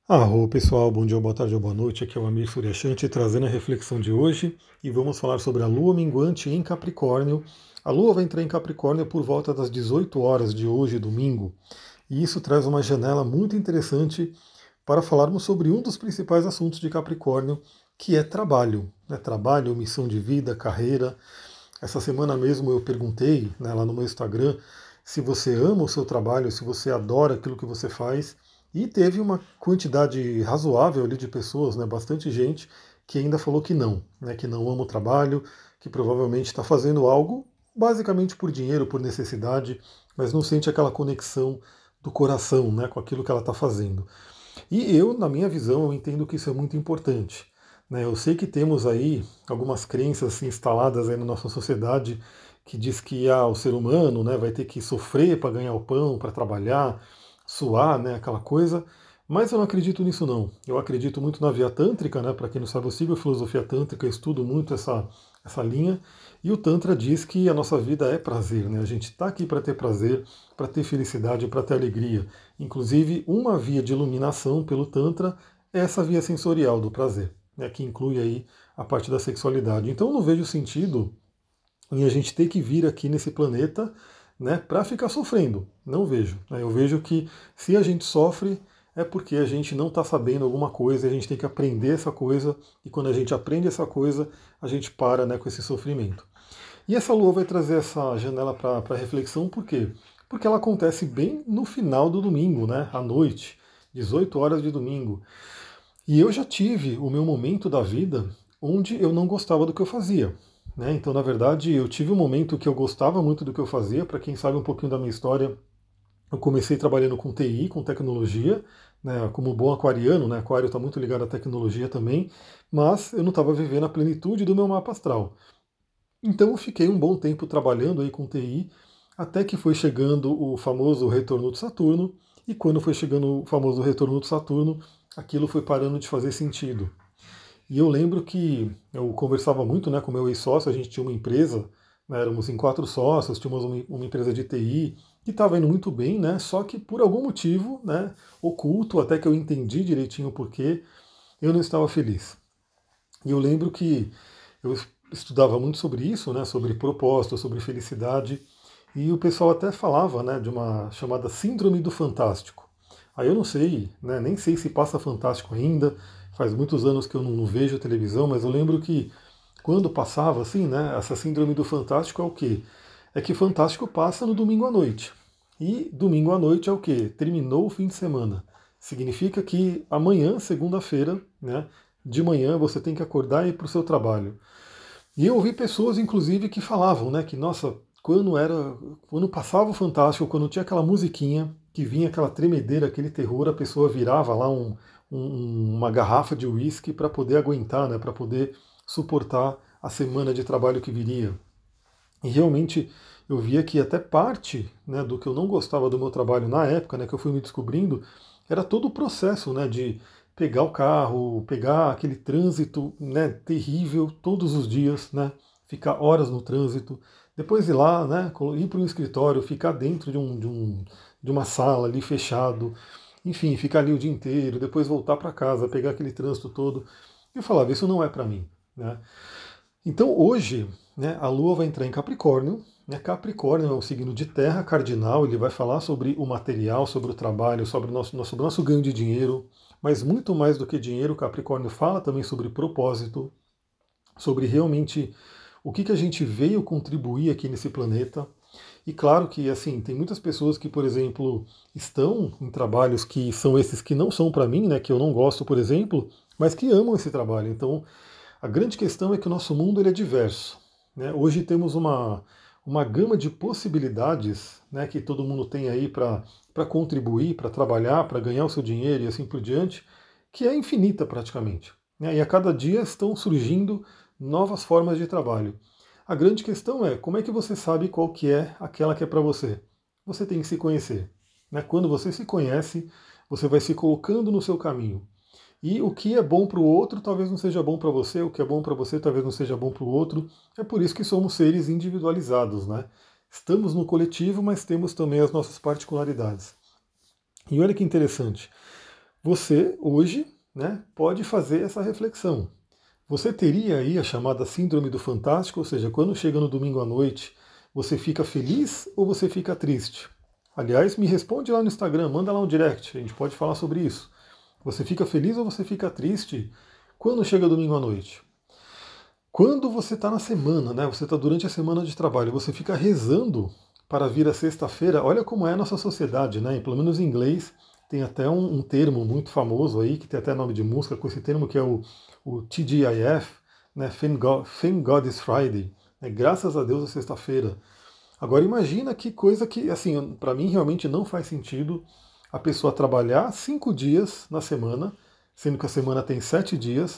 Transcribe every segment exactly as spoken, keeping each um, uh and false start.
Arro, pessoal, bom dia, boa tarde ou boa noite. Aqui é o Amir Suryashanti trazendo a reflexão de hoje e vamos falar sobre a Lua minguante em Capricórnio. A Lua vai entrar em Capricórnio por volta das dezoito horas de hoje, domingo, e isso traz uma janela muito interessante para falarmos sobre um dos principais assuntos de Capricórnio, que é trabalho, né? Trabalho, missão de vida, carreira. Essa semana mesmo eu perguntei, né, lá no meu Instagram se você ama o seu trabalho, se você adora aquilo que você faz, e teve uma quantidade razoável ali de pessoas, né, bastante gente, que ainda falou que não, né, que não ama o trabalho, que provavelmente está fazendo algo basicamente por dinheiro, por necessidade, mas não sente aquela conexão do coração, né, com aquilo que ela está fazendo. E eu, na minha visão, eu entendo que isso é muito importante. Né? Eu sei que temos aí algumas crenças assim, instaladas aí na nossa sociedade que diz que ah, o ser humano, né, vai ter que sofrer para ganhar o pão, para trabalhar, suar, né, aquela coisa. Mas eu não acredito nisso não. Eu acredito muito na via tântrica, né? Para quem não sabe, eu sigo a filosofia tântrica, eu estudo muito essa, essa linha. E o Tantra diz que a nossa vida é prazer, né? A gente está aqui para ter prazer, para ter felicidade, para ter alegria. Inclusive, uma via de iluminação pelo Tantra é essa via sensorial do prazer, né? Que inclui aí a parte da sexualidade. Então, eu não vejo sentido em a gente ter que vir aqui nesse planeta, né, para ficar sofrendo. Não vejo. Né? Eu vejo que se a gente sofre é porque a gente não está sabendo alguma coisa, e a gente tem que aprender essa coisa, e quando a gente aprende essa coisa, a gente para, né, com esse sofrimento. E essa lua vai trazer essa janela para reflexão, por quê? Porque ela acontece bem no final do domingo, né, à noite, dezoito horas de domingo. E eu já tive o meu momento da vida onde eu não gostava do que eu fazia. Né? Então, na verdade, eu tive um momento que eu gostava muito do que eu fazia. Para quem sabe um pouquinho da minha história, eu comecei trabalhando com T I, com tecnologia, né? Como bom aquariano, né? Aquário está muito ligado à tecnologia também, mas eu não estava vivendo a plenitude do meu mapa astral. Então, eu fiquei um bom tempo trabalhando aí com T I, até que foi chegando o famoso retorno de Saturno, e quando foi chegando o famoso retorno de Saturno, aquilo foi parando de fazer sentido. E eu lembro que eu conversava muito, né, com meu ex-sócio, a gente tinha uma empresa, né, éramos em quatro sócios, tínhamos uma, uma empresa de T I que estava indo muito bem, né, só que por algum motivo, né, oculto, até que eu entendi direitinho o porquê, eu não estava feliz. E eu lembro que eu estudava muito sobre isso, né, sobre propósito, sobre felicidade, e o pessoal até falava, né, de uma chamada Síndrome do Fantástico. Aí eu não sei, né, nem sei se passa Fantástico ainda, faz muitos anos que eu não vejo televisão, mas eu lembro que quando passava assim, né, essa Síndrome do Fantástico é o quê? É que Fantástico passa no domingo à noite. E domingo à noite é o quê? Terminou o fim de semana. Significa que amanhã, segunda-feira, né, de manhã você tem que acordar e ir para o seu trabalho. E eu ouvi pessoas, inclusive, que falavam, né, que nossa, quando era, quando passava o Fantástico, quando tinha aquela musiquinha, que vinha aquela tremedeira, aquele terror, a pessoa virava lá um, um- uma garrafa de uísque para poder aguentar, né, para poder suportar a semana de trabalho que viria. E realmente eu via que até parte, né, do que eu não gostava do meu trabalho na época, né, que eu fui me descobrindo, era todo o processo, né, de pegar o carro, pegar aquele trânsito, né, terrível todos os dias, né, ficar horas no trânsito, depois ir lá, né, ir para um escritório, ficar dentro de, um, de, um, de uma sala ali fechado, enfim, ficar ali o dia inteiro, depois voltar para casa, pegar aquele trânsito todo. E eu falava, isso não é para mim, né? Então hoje, né, a Lua vai entrar em Capricórnio. Né, Capricórnio é um signo de terra cardinal, ele vai falar sobre o material, sobre o trabalho, sobre o nosso, sobre o nosso ganho de dinheiro, mas muito mais do que dinheiro, Capricórnio fala também sobre propósito, sobre realmente o que, que a gente veio contribuir aqui nesse planeta. E claro que assim, tem muitas pessoas que, por exemplo, estão em trabalhos que são esses que não são para mim, né, que eu não gosto, por exemplo, mas que amam esse trabalho. Então, a grande questão é que o nosso mundo ele é diverso. Né? Hoje temos uma, uma gama de possibilidades, né, que todo mundo tem aí para contribuir, para trabalhar, para ganhar o seu dinheiro e assim por diante, que é infinita praticamente. Né? E a cada dia estão surgindo novas formas de trabalho. A grande questão é como é que você sabe qual que é aquela que é para você? Você tem que se conhecer. Né? Quando você se conhece, você vai se colocando no seu caminho. E o que é bom para o outro talvez não seja bom para você, o que é bom para você talvez não seja bom para o outro. É por isso que somos seres individualizados, né? Estamos no coletivo, mas temos também as nossas particularidades. E olha que interessante. você hoje, né, pode fazer essa reflexão. Você teria aí a chamada síndrome do fantástico, ou seja, quando chega no domingo à noite, você fica feliz ou você fica triste? Aliás, me responde lá no Instagram, manda lá um direct, a gente pode falar sobre isso. Você fica feliz ou você fica triste quando chega domingo à noite? Quando você está na semana, né? Você está durante a semana de trabalho, você fica rezando para vir a sexta-feira. Olha como é a nossa sociedade, né? E pelo menos em inglês tem até um, um termo muito famoso aí, que tem até nome de música com esse termo, que é o, o T G I F, né? Thank God, Thank God is Friday. Né? Graças a Deus é sexta-feira. Agora imagina que coisa que, assim, para mim realmente não faz sentido a pessoa trabalhar cinco dias na semana, sendo que a semana tem sete dias.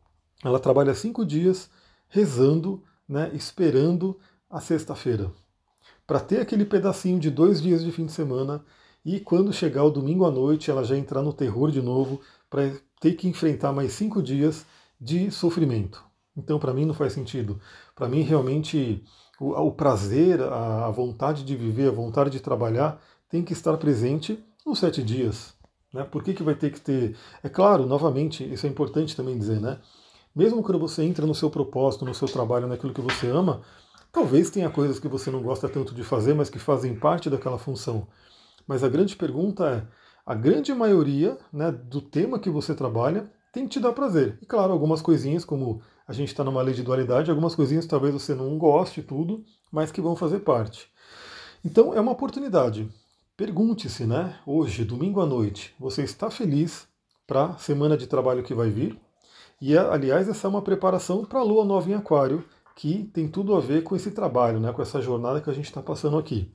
Ela trabalha cinco dias rezando, né, esperando a sexta-feira, para ter aquele pedacinho de dois dias de fim de semana e quando chegar o domingo à noite ela já entrar no terror de novo para ter que enfrentar mais cinco dias de sofrimento. Então, para mim não faz sentido. Para mim, realmente, o, o prazer, a, a vontade de viver, a vontade de trabalhar tem que estar presente nos sete dias. Né? Por que, que vai ter que ter? É claro, novamente, isso é importante também dizer, né? Mesmo quando você entra no seu propósito, no seu trabalho, naquilo que você ama, talvez tenha coisas que você não gosta tanto de fazer, mas que fazem parte daquela função. Mas a grande pergunta é, a grande maioria, né, do tema que você trabalha tem que te dar prazer. E claro, algumas coisinhas, como a gente está numa lei de dualidade, algumas coisinhas talvez você não goste tudo, mas que vão fazer parte. Então é uma oportunidade. Pergunte-se, né, hoje, domingo à noite, você está feliz para a semana de trabalho que vai vir? E, aliás, essa é uma preparação para a Lua Nova em Aquário, que tem tudo a ver com esse trabalho, né, com essa jornada que a gente está passando aqui.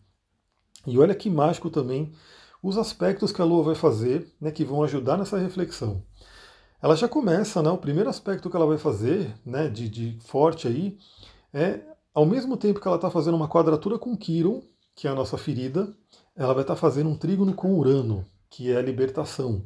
E olha que mágico também os aspectos que a Lua vai fazer, né, que vão ajudar nessa reflexão. Ela já começa, né, o primeiro aspecto que ela vai fazer, né, de, de forte aí, é, ao mesmo tempo que ela está fazendo uma quadratura com Quirón, que é a nossa ferida, ela vai estar tá fazendo um trígono com Urano, que é a libertação.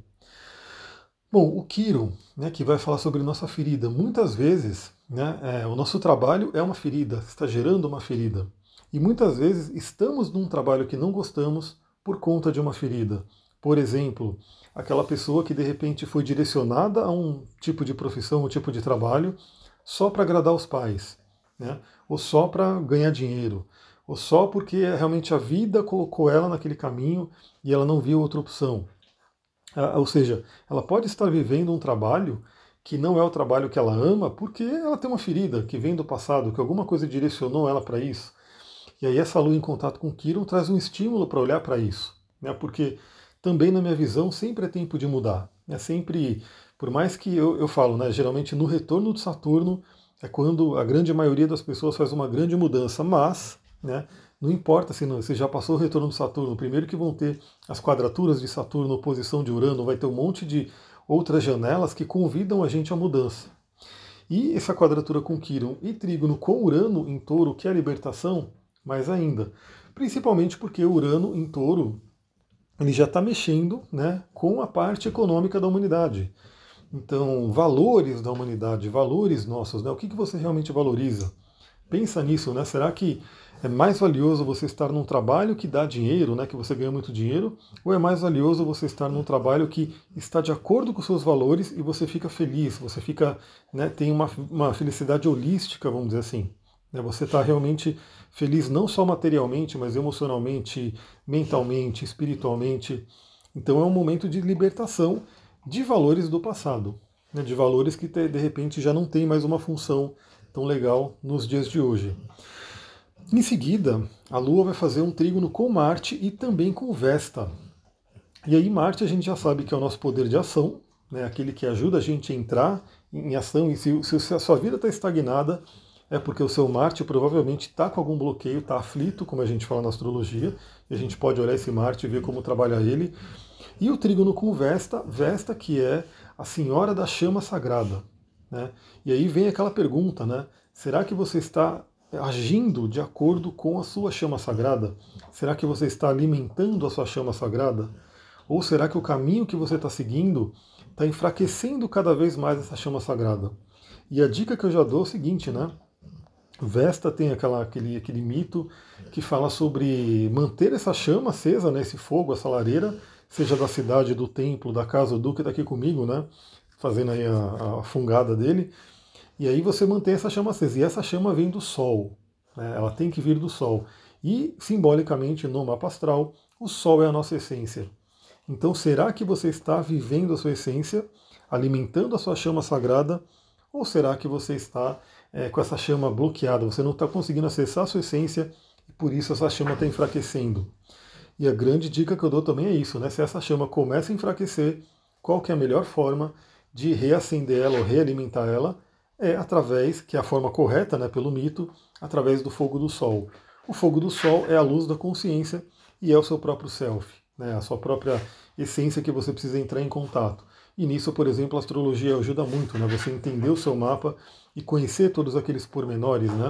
Bom, o Quirón, né, que vai falar sobre nossa ferida, muitas vezes, né, é, o nosso trabalho é uma ferida, está gerando uma ferida. E muitas vezes estamos num trabalho que não gostamos por conta de uma ferida. Por exemplo, aquela pessoa que de repente foi direcionada a um tipo de profissão, um tipo de trabalho, só para agradar os pais, né, ou só para ganhar dinheiro, ou só porque realmente a vida colocou ela naquele caminho e ela não viu outra opção. Ou seja, ela pode estar vivendo um trabalho que não é o trabalho que ela ama, porque ela tem uma ferida que vem do passado, que alguma coisa direcionou ela para isso. E aí essa lua em contato com Quirón traz um estímulo para olhar para isso, né? Porque também na minha visão sempre é tempo de mudar. É sempre, por mais que eu, eu falo, né? Geralmente no retorno de Saturno é quando a grande maioria das pessoas faz uma grande mudança, mas, né? Não importa se, não, se já passou o retorno de Saturno, primeiro que vão ter as quadraturas de Saturno, oposição de Urano, vai ter um monte de outras janelas que convidam a gente à mudança. E essa quadratura com Quirón e trígono com Urano em Touro, que é a libertação, mais ainda. Principalmente porque Urano em Touro ele já está mexendo, né, com a parte econômica da humanidade. Então, valores da humanidade, valores nossos, né, o que, que você realmente valoriza? Pensa nisso, né? Será que é mais valioso você estar num trabalho que dá dinheiro, né, que você ganha muito dinheiro, ou é mais valioso você estar num trabalho que está de acordo com os seus valores e você fica feliz, você fica, né, tem uma, uma felicidade holística, vamos dizer assim. Né? Você está realmente feliz não só materialmente, mas emocionalmente, mentalmente, espiritualmente. Então é um momento de libertação de valores do passado, né, de valores que de repente já não tem mais uma função tão legal nos dias de hoje. Em seguida, a Lua vai fazer um trígono com Marte e também com Vesta. E aí Marte a gente já sabe que é o nosso poder de ação, né, aquele que ajuda a gente a entrar em ação. E se, se a sua vida está estagnada, é porque o seu Marte provavelmente está com algum bloqueio, está aflito, como a gente fala na astrologia, e a gente pode olhar esse Marte e ver como trabalhar ele. E o trígono com Vesta, Vesta que é a senhora da chama sagrada. Né? E aí vem aquela pergunta, né? Será que você está agindo de acordo com a sua chama sagrada? Será que você está alimentando a sua chama sagrada? Ou será que o caminho que você está seguindo está enfraquecendo cada vez mais essa chama sagrada? E a dica que eu já dou é o seguinte, né? Vesta tem aquela, aquele, aquele mito que fala sobre manter essa chama acesa, né, esse fogo, essa lareira, seja da cidade, do templo, da casa, o Duque está aqui comigo, né? Fazendo aí a, a fungada dele. E aí você mantém essa chama acesa. E essa chama vem do Sol, né? Ela tem que vir do Sol. E, simbolicamente, no mapa astral, o Sol é a nossa essência. Então, será que você está vivendo a sua essência, alimentando a sua chama sagrada, ou será que você está é, com essa chama bloqueada? Você não está conseguindo acessar a sua essência e por isso essa chama está enfraquecendo. E a grande dica que eu dou também é isso, né? Se essa chama começa a enfraquecer, qual que é a melhor forma de reacender ela ou realimentar ela? É através, que é a forma correta, né, pelo mito, através do fogo do Sol. O fogo do Sol é a luz da consciência e é o seu próprio self, né, a sua própria essência que você precisa entrar em contato. E nisso, por exemplo, a astrologia ajuda muito, né, você entender o seu mapa e conhecer todos aqueles pormenores, né?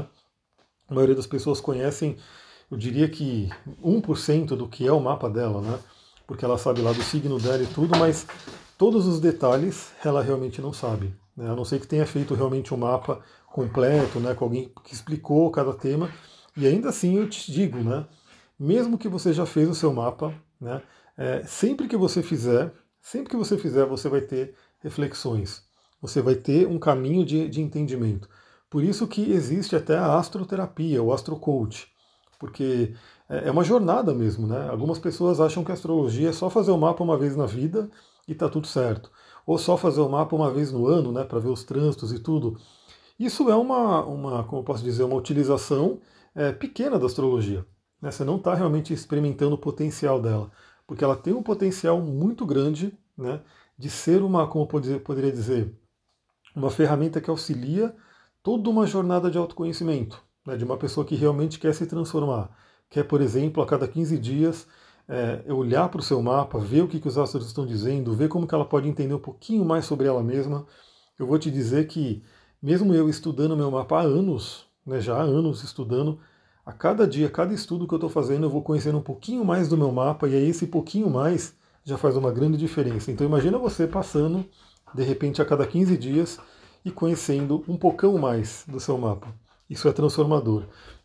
A maioria das pessoas conhecem, eu diria que um por cento do que é o mapa dela, né? Porque ela sabe lá do signo dela e tudo, mas todos os detalhes ela realmente não sabe, né? A não ser que tenha feito realmente um mapa completo, né, com alguém que explicou cada tema. E ainda assim eu te digo, né, mesmo que você já fez o seu mapa, né, é, sempre que você fizer, sempre que você fizer, você vai ter reflexões, você vai ter um caminho de, de entendimento. Por isso que existe até a astroterapia, o astrocoach, porque é uma jornada mesmo, né? Algumas pessoas acham que a astrologia é só fazer o mapa uma vez na vida e tá tudo certo. Ou só fazer o mapa uma vez no ano, né, para ver os trânsitos e tudo. Isso é uma, uma como eu posso dizer, uma utilização é, pequena da astrologia, né? Você não está realmente experimentando o potencial dela, porque ela tem um potencial muito grande, né, de ser uma, como eu poderia dizer, uma ferramenta que auxilia toda uma jornada de autoconhecimento, né, de uma pessoa que realmente quer se transformar. Quer, por exemplo, a cada quinze dias, é, olhar para o seu mapa, ver o que, que os astros estão dizendo, ver como que ela pode entender um pouquinho mais sobre ela mesma. Eu vou te dizer que, mesmo eu estudando meu mapa há anos, né, já há anos estudando, a cada dia, cada estudo que eu estou fazendo, eu vou conhecendo um pouquinho mais do meu mapa, e aí esse pouquinho mais já faz uma grande diferença. Então imagina você passando, de repente, a cada quinze dias, e conhecendo um pouquinho mais do seu mapa. Isso é transformador.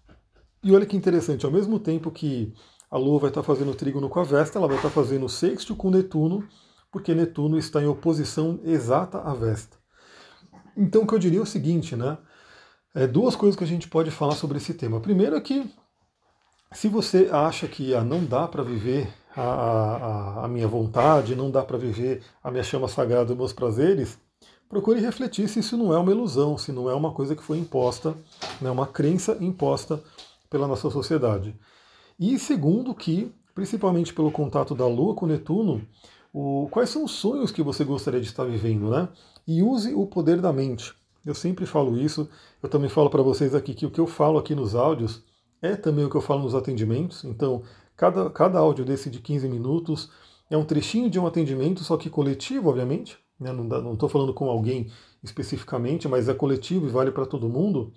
E olha que interessante, ao mesmo tempo que a Lua vai estar fazendo trígono com a Vesta, ela vai estar fazendo sexto com Netuno, porque Netuno está em oposição exata à Vesta. Então o que eu diria é o seguinte, né? É duas coisas que a gente pode falar sobre esse tema. Primeiro é que, se você acha que ah, não dá para viver a, a, a minha vontade, não dá para viver a minha chama sagrada, os meus prazeres, procure refletir se isso não é uma ilusão, se não é uma coisa que foi imposta, né, uma crença imposta pela nossa sociedade. E segundo que, principalmente pelo contato da Lua com Netuno, o, quais são os sonhos que você gostaria de estar vivendo, né? E use o poder da mente. Eu sempre falo isso, eu também falo para vocês aqui que o que eu falo aqui nos áudios é também o que eu falo nos atendimentos. Então, cada, cada áudio desse de quinze minutos é um trechinho de um atendimento, só que coletivo, obviamente. Né? Não estou falando com alguém especificamente, mas é coletivo e vale para todo mundo.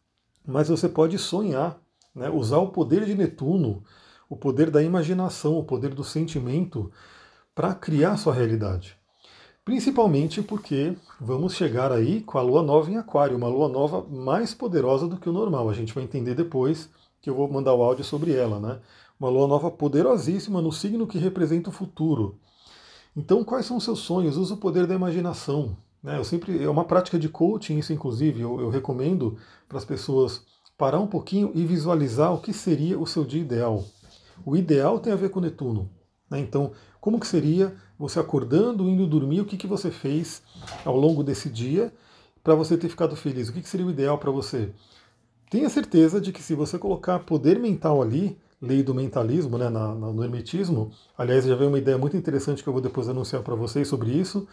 Mas você pode sonhar, né? Usar o poder de Netuno, o poder da imaginação, o poder do sentimento, para criar sua realidade. Principalmente porque vamos chegar aí com a Lua Nova em Aquário, uma Lua Nova mais poderosa do que o normal. A gente vai entender depois, que eu vou mandar o áudio sobre ela, né? Uma Lua Nova poderosíssima no signo que representa o futuro. Então, quais são os seus sonhos? Use o poder da imaginação. Né? Eu sempre, é uma prática de coaching, isso inclusive, eu, eu recomendo para as pessoas parar um pouquinho e visualizar o que seria o seu dia ideal. O ideal tem a ver com Netuno. Né? Então, como que seria você acordando, indo dormir, o que, que você fez ao longo desse dia para você ter ficado feliz? O que, que seria o ideal para você? Tenha certeza de que se você colocar poder mental ali, lei do mentalismo, né, na, na, no hermetismo, aliás, já veio uma ideia muito interessante que eu vou depois anunciar para vocês sobre isso,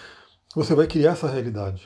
você vai criar essa realidade.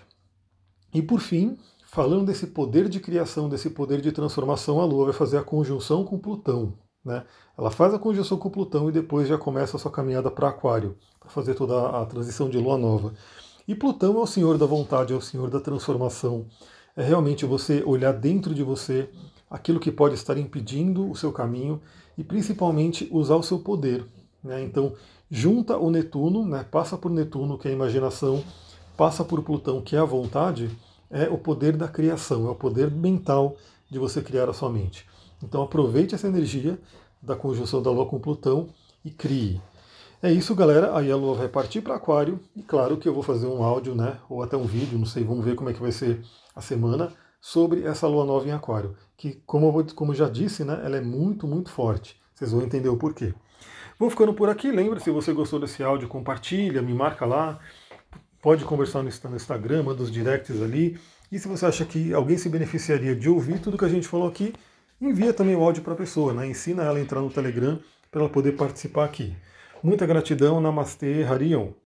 E por fim, falando desse poder de criação, desse poder de transformação, a Lua vai fazer a conjunção com Plutão. Né? Ela faz a conjunção com Plutão e depois já começa a sua caminhada para Aquário, para fazer toda a, a transição de Lua Nova. E Plutão é o senhor da vontade, é o senhor da transformação. É realmente você olhar dentro de você aquilo que pode estar impedindo o seu caminho e principalmente usar o seu poder. Né? Então, junta o Netuno, né? Passa por Netuno, que é a imaginação, passa por Plutão, que é a vontade, é o poder da criação, é o poder mental de você criar a sua mente. Então aproveite essa energia da conjunção da Lua com Plutão e crie. É isso, galera. Aí a Lua vai partir para Aquário. E claro que eu vou fazer um áudio, né? Ou até um vídeo, não sei, vamos ver como é que vai ser a semana, sobre essa Lua nova em Aquário. Que, como eu, vou, como eu já disse, né? Ela é muito, muito forte. Vocês vão entender o porquê. Vou ficando por aqui. Lembra, se você gostou desse áudio, compartilha, me marca lá. Pode conversar no Insta- no Instagram, manda os directs ali. E se você acha que alguém se beneficiaria de ouvir tudo que a gente falou aqui, envia também o áudio para a pessoa, né? Ensina ela a entrar no Telegram para ela poder participar aqui. Muita gratidão, Namastê, Harion.